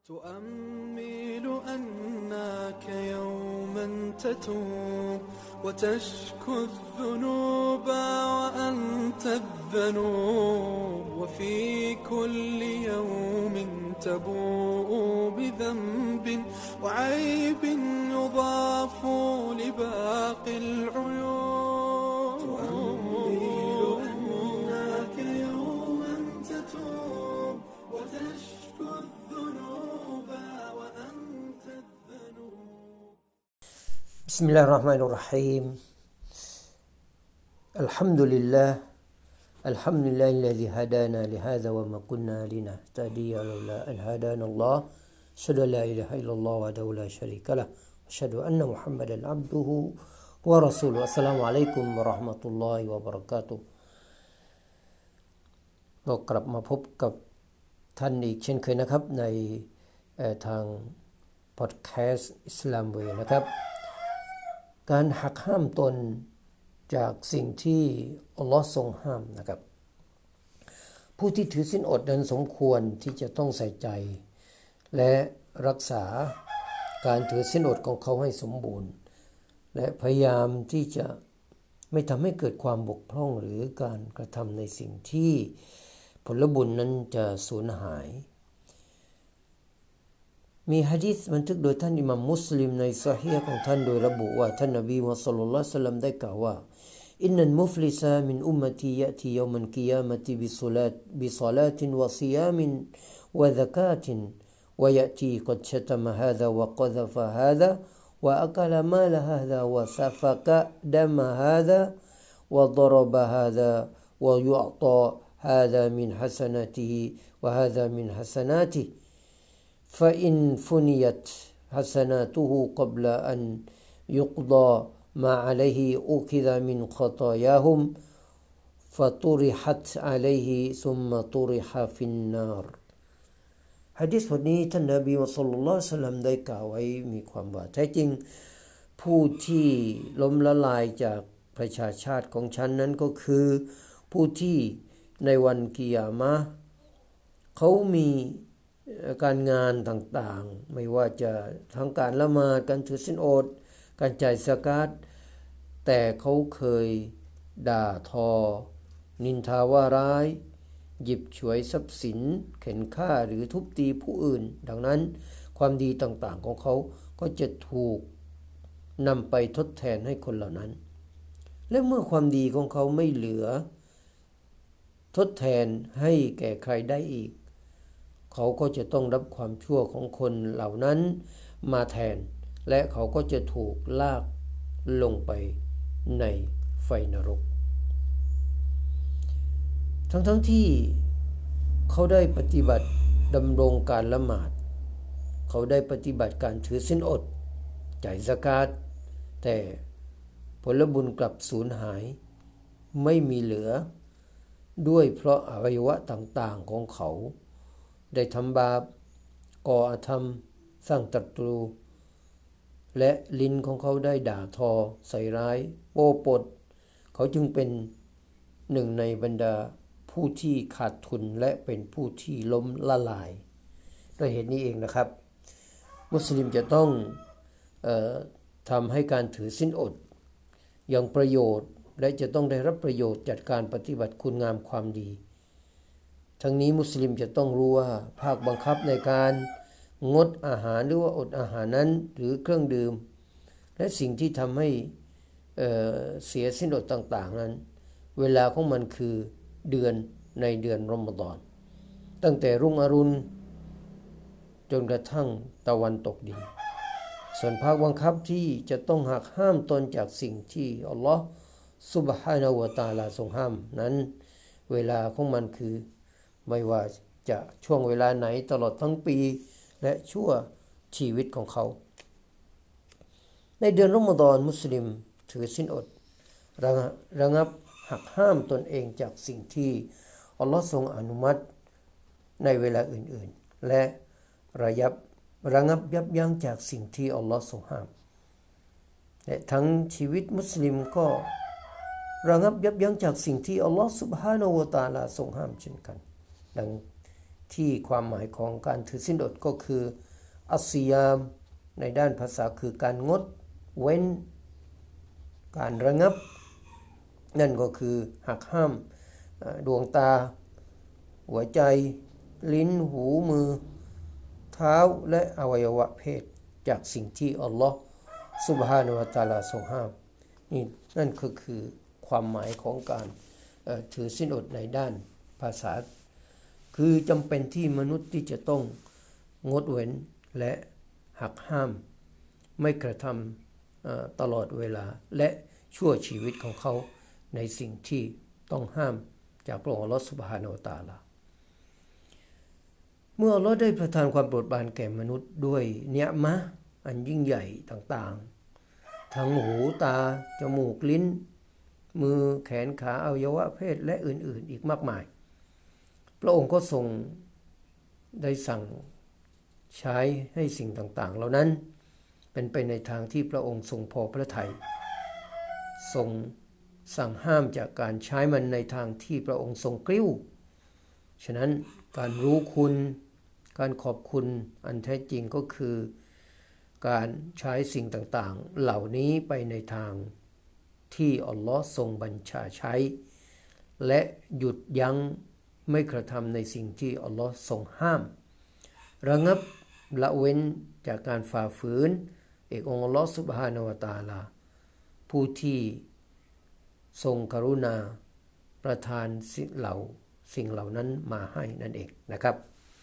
تؤمل أنك يوما تتوب وتشكو الذنوب وأنت الذنوب وفي كل يوم تبوء بذنب وعيب يضاف لباقي العيوب تؤمل أنك يوما تتوب وتشكو الذنوب وأنت الذنوب. بسم الله الرحمن الرحيم. الحمد لله الذي هدانا لهذا وما كنا لنهتدي لولا أن هدانا الله أشهد أن لا إله إلا الله وحده لا شريك له أشهد أن محمدا عبده ورسوله السلام عليكم ورحمة الله وبركاته เรากลับมาพบกับท่านอีกเช่นเคยนะครับในทางพอดแคสต์อิสลามเวย์นะครับการหักห้ามตนจากสิ่งที่อัลลอฮ์ทรงห้ามนะครับผู้ที่ถือศีลอดนั้นสมควรที่จะต้องใส่ใจและรักษาการถือศีลอดของเขาให้สมบูรณ์และพยายามที่จะไม่ทำให้เกิดความบกพร่องหรือการกระทำในสิ่งที่ผลบุญนั้นจะสูญหายมีหะดีษบันทึกโดยท่านอิหม่ามมุสลิมในซอฮีฮ์ของท่านโดยระบุว่าท่านนบีมุฮัมมัดศ็อลลัลลอฮุอะลัยฮิวะซัลลัมได้กล่าวว่าอินนัลมุฟลิซามินอุมมะตียะตียอมัลกิยามะติบิศอลาติวะซิยามวะซะกาติวะยะตีกัดชะตมะฮาซาวะกะซะฟะฮาซาวะอะกะลมาลฮาซาวะซะฟะกะดะมะฮาซาวะฎะรบะฮาซาวะยุอฏอฮาซามินฮัสนะติฮิวะฮาซามินฮัสนาติฮิ فإن فنيت حسناته قبل أن يقضى ما عليه أخذ من خطاياهم فطرحت عليه ثم طرح في النار หะดีษบทนี้ท่านนบีมุฮัมมัดศ็อลลัลลอฮุอะลัยฮิวะซัลลัมได้กล่าวไว้มีความว่าแท้จริงผู้ที่ล้มละลายจากประชาชาติของฉันนั้นก็คือผู้ที่ในวันกิยามะห์เขามีการงานต่างๆไม่ว่าจะทั้งการละหมาดการถือศีลอดการจ่ายซะกาตแต่เขาเคยด่าทอนินทาว่าร้ายหยิบฉวยทรัพย์สินเข็นฆ่าหรือทุบตีผู้อื่นดังนั้นความดีต่างๆของเขาก็จะถูกนำไปทดแทนให้คนเหล่านั้นและเมื่อความดีของเขาไม่เหลือทดแทนให้แก่ใครได้อีกเขาก็จะต้องรับความชั่วของคนเหล่านั้นมาแทนและเขาก็จะถูกลากลงไปในไฟนรกทั้งที่เขาได้ปฏิบัติดำรงการละหมาดเขาได้ปฏิบัติการถือศีลอดจ่ายซะกาตแต่ผลบุญกลับสูญหายไม่มีเหลือด้วยเพราะอวัยวะต่างๆของเขาได้ทำบาปก่ออาธรรมสร้างศัตรูและลิ้นของเขาได้ด่าทอใส่ร้ายโป้ปดเขาจึงเป็นหนึ่งในบรรดาผู้ที่ขาดทุนและเป็นผู้ที่ล้มละลายด้วยเหตุนี้เองนะครับมุสลิมจะต้องทำให้การถือศีลอดอย่างประโยชน์และจะต้องได้รับประโยชน์จากการปฏิบัติคุณงามความดีทั้งนี้มุสลิมจะต้องรู้ว่าภาคบังคับในการงดอาหารหรือว่าอดอาหารนั้นหรือเครื่องดื่มและสิ่งที่ทำให้เสียศีลอดต่างๆนั้นเวลาของมันคือเดือนในเดือนรอมฎอนตั้งแต่รุ่งอรุณจนกระทั่งตะวันตกดินส่วนภาคบังคับที่จะต้องหักห้ามตนจากสิ่งที่อัลลอฮฺซุบฮานะฮูวะตะอาลาทรงห้ามนั้นเวลาของมันคือไม่ว่าจะช่วงเวลาไหนตลอดทั้งปีและชั่วชีวิตของเขาในเดือนรอมฎอนมุสลิมถือศีลอดระงับหักห้ามตนเองจากสิ่งที่อัลลอฮ์ทรงอนุมัติในเวลาอื่นๆและระงับยับยั้งจากสิ่งที่อัลลอฮ์ทรงห้ามและทั้งชีวิตมุสลิมก็ระงับยับยั้งจากสิ่งที่อัลลอฮ์ซุบฮานะฮูวะตะอาลาทรงห้ามเช่นกันดังที่ความหมายของการถือศีลอดก็คืออัสซิยามในด้านภาษาคือการงดเว้นการระงับนั่นก็คือหักห้ามดวงตาหัวใจลิ้นหูมือเท้าและอวัยวะเพศจากสิ่งที่อัลลอฮฺซุบฮานะฮูวะตะอาลาทรงห้ามนี่นั่นก็คือความหมายของการถือศีลอดในด้านภาษาคือจำเป็นที่มนุษย์ที่จะต้องงดเว้นและหักห้ามไม่กระทำตลอดเวลาและชั่วชีวิตของเขาในสิ่งที่ต้องห้ามจากพระองค์อัลเลาะห์ซุบฮานะฮูวะตะอาลาเมื่ออัลเลาะห์ได้ประทานความโปรดปรานแก่มนุษย์ด้วยเนียมะห์อันยิ่งใหญ่ต่างๆทั้งหูตาจมูกลิ้นมือแขนขาอวัยวะเพศและอื่นๆอีกมากมายพระองค์ก็ทรงได้สั่งใช้ให้สิ่งต่างๆเหล่านั้นเป็นไปในทางที่พระองค์ทรงพอพระทัยทรงสั่งห้ามจากการใช้มันในทางที่พระองค์ทรงกริ้วฉะนั้นการรู้คุณการขอบคุณอันแท้จริงก็คือการใช้สิ่งต่างๆเหล่านี้ไปในทางที่อัลลอฮ์ทรงบัญชาใช้และหยุดยั้งไม่กระทำในสิ่งที่อัลลอฮ์ทรงห้ามระงับละเว้นจากการฝ่าฝืนเอกองค์อัลลอฮ์ซุบฮานะฮูวะตะอาลาผู้ที่ทรงกรุณาประทานสิ่งเหล่านั้นมาให้นั่นเองนะครับ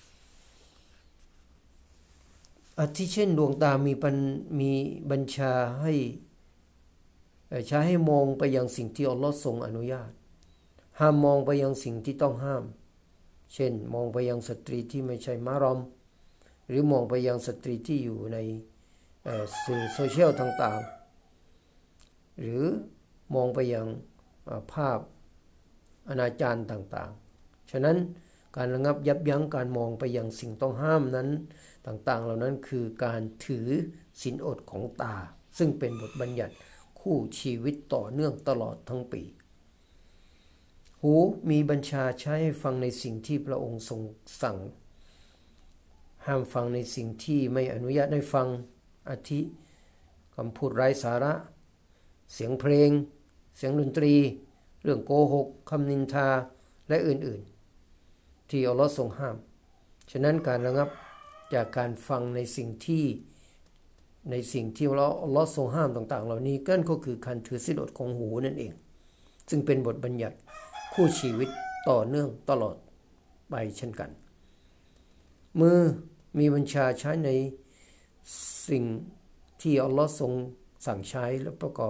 อาทิเช่นดวงตามีบัญชาให้ใช้ให้มองไปยังสิ่งที่อัลลอฮ์ทรงอนุญาตห้ามมองไปยังสิ่งที่ต้องห้ามเช่นมองไปยังสตรีที่ไม่ใช่มารอมหรือมองไปยังสตรีที่อยู่ในสื่อโซเชียลต่างๆหรือมองไปยังภาพอนาจารต่างๆฉะนั้นการระงับยับยั้งการมองไปยังสิ่งต้องห้ามนั้นต่างๆเหล่านั้นคือการถือศีลอดของตาซึ่งเป็นบทบัญญัติคู่ชีวิตต่อเนื่องตลอดทั้งปีหูมีบัญชาใช้ให้ฟังในสิ่งที่พระองค์ทรงสั่งห้ามฟังในสิ่งที่ไม่อนุญาตให้ฟังอาทิคำพูดไร้สาระเสียงเพลงเสียงดนตรีเรื่องโกหกคำนินทาและอื่นๆที่อัลเลาะห์ทรงห้ามฉะนั้นการระงับจากการฟังในสิ่งที่อัลเลาะห์ทรงห้ามต่างๆเหล่านี้ก็คือการถือศีลอดของหูนั่นเองซึ่งเป็นบทบัญญัติคู่ชีวิตต่อเนื่องตลอดไปเช่นกันมือมีบัญชาใช้ในสิ่งที่อัลเลาะห์ทรงสั่งใช้และประกอบ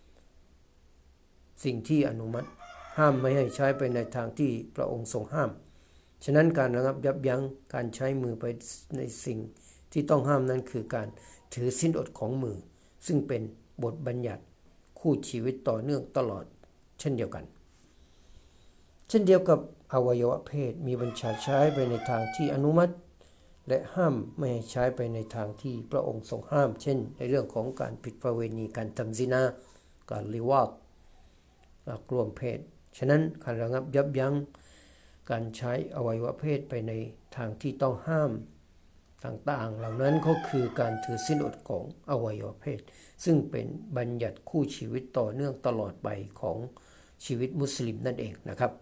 สิ่งที่อนุมัติห้ามไม่ให้ใช้ไปในทางที่พระองค์ทรงห้ามฉะนั้นการระงับยับยั้งการใช้มือไปในสิ่งที่ต้องห้ามนั้นคือการถือศีลอดของมือซึ่งเป็นบทบัญญัติคู่ชีวิตต่อเนื่องตลอดเช่นเดียวกันเช่นเดียวกับอวัยวะเพศมีบัญชาใช้ไปในทางที่อนุมัติและห้ามไม่ให้ใช้ไปในทางที่พระองค์ทรงห้ามเช่นในเรื่องของการผิดประเวณีการทำซินาการลิวาตร่วมเพศฉะนั้นการระงับยับยั้งการใช้อวัยวะเพศไปในทางที่ต้องห้ามต่างๆเหล่านั้นก็คือการถือศีลอดของอวัยวะเพศซึ่งเป็นบัญญัติคู่ชีวิตต่อเนื่องตลอดไปของชีวิตมุสลิมนั่นเองนะครับ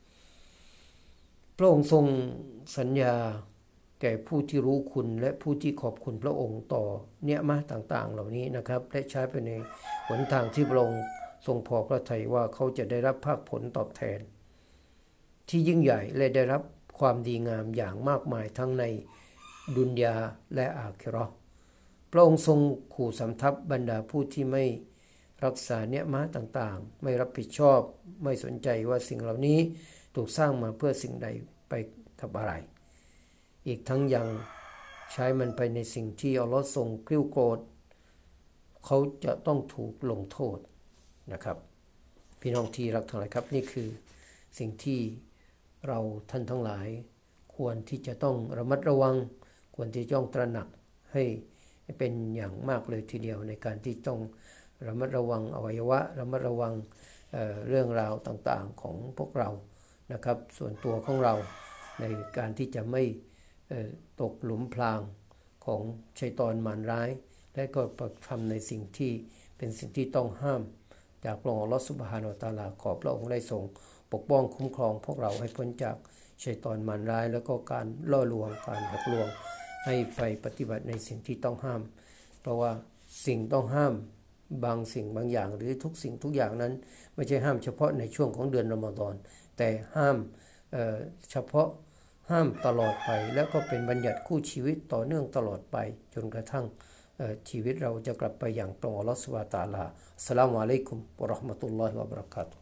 พระองค์ทรงสัญญาแก่ผู้ที่รู้คุณและผู้ที่ขอบคุณพระองค์ต่อเนียมะห์ต่างๆเหล่านี้นะครับและใช้ไปในหนทางที่พระองค์ทรงพอพระทัยว่าเขาจะได้รับภาคผลตอบแทนที่ยิ่งใหญ่และได้รับความดีงามอย่างมากมายทั้งในดุนยาและอาคิเราะห์พระองค์ทรงขู่สำทับบรรดาผู้ที่ไม่รักษาเนียมะห์ต่างๆไม่รับผิดชอบไม่สนใจว่าสิ่งเหล่านี้ถูกสร้างมาเพื่อสิ่งใดไปทำอะไรอีกทั้งยังใช้มันไปในสิ่งที่อัลเลาะห์ทรงกริ้วโกรธเขาจะต้องถูกลงโทษนะครับพี่น้องที่รักทั้งหลายครับนี่คือสิ่งที่เราท่านทั้งหลายควรที่จะต้องระมัดระวังควรที่จะต้องตระหนักให้เป็นอย่างมากเลยทีเดียวในการที่ต้องระมัดระวังอวัยวะระมัดระวังเรื่องราวต่างๆของพวกเรานะครับส่วนตัวของเราในการที่จะไม่ตกหลุมพรางของชัยฏอนมารร้ายและก็ทำในสิ่งที่เป็นสิ่งที่ต้องห้ามจากพระองค์อัลเลาะห์ซุบฮานะฮูวะตะอาลาขอพระองค์ได้ทรงปกป้องคุ้มครองพวกเราให้พ้นจากชัยฏอนมารร้ายแล้วก็การล่อลวงการหลอกลวงให้ไปปฏิบัติในสิ่งที่ต้องห้ามเพราะว่าสิ่งต้องห้ามบางสิ่งบางอย่างหรือทุกสิ่งทุกอย่างนั้นไม่ใช่ห้ามเฉพาะในช่วงของเดือนรอมฎอนแต่ห้ามเฉพาะห้ามตลอดไปแล้วก็เป็นบัญญัติคู่ชีวิตต่อเนื่องตลอดไปจนกระทั่งชีวิตเราจะกลับไปอย่างตรงอัลเลาะห์ซุบฮานะฮูวะตะอาลาอัสสลามุอะลัยกุมวะเราะห์มะตุลลอฮิวะบะเราะกาตุฮ์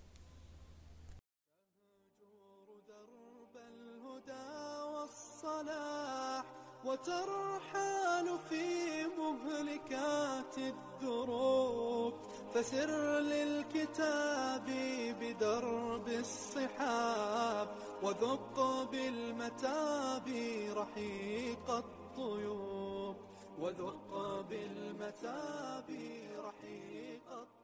وترحال في مهلكات الدروب فسر للكتاب بدرب الصحاب وذق بالمتاب رحيق الطيوب وذق بالمتاب رحيق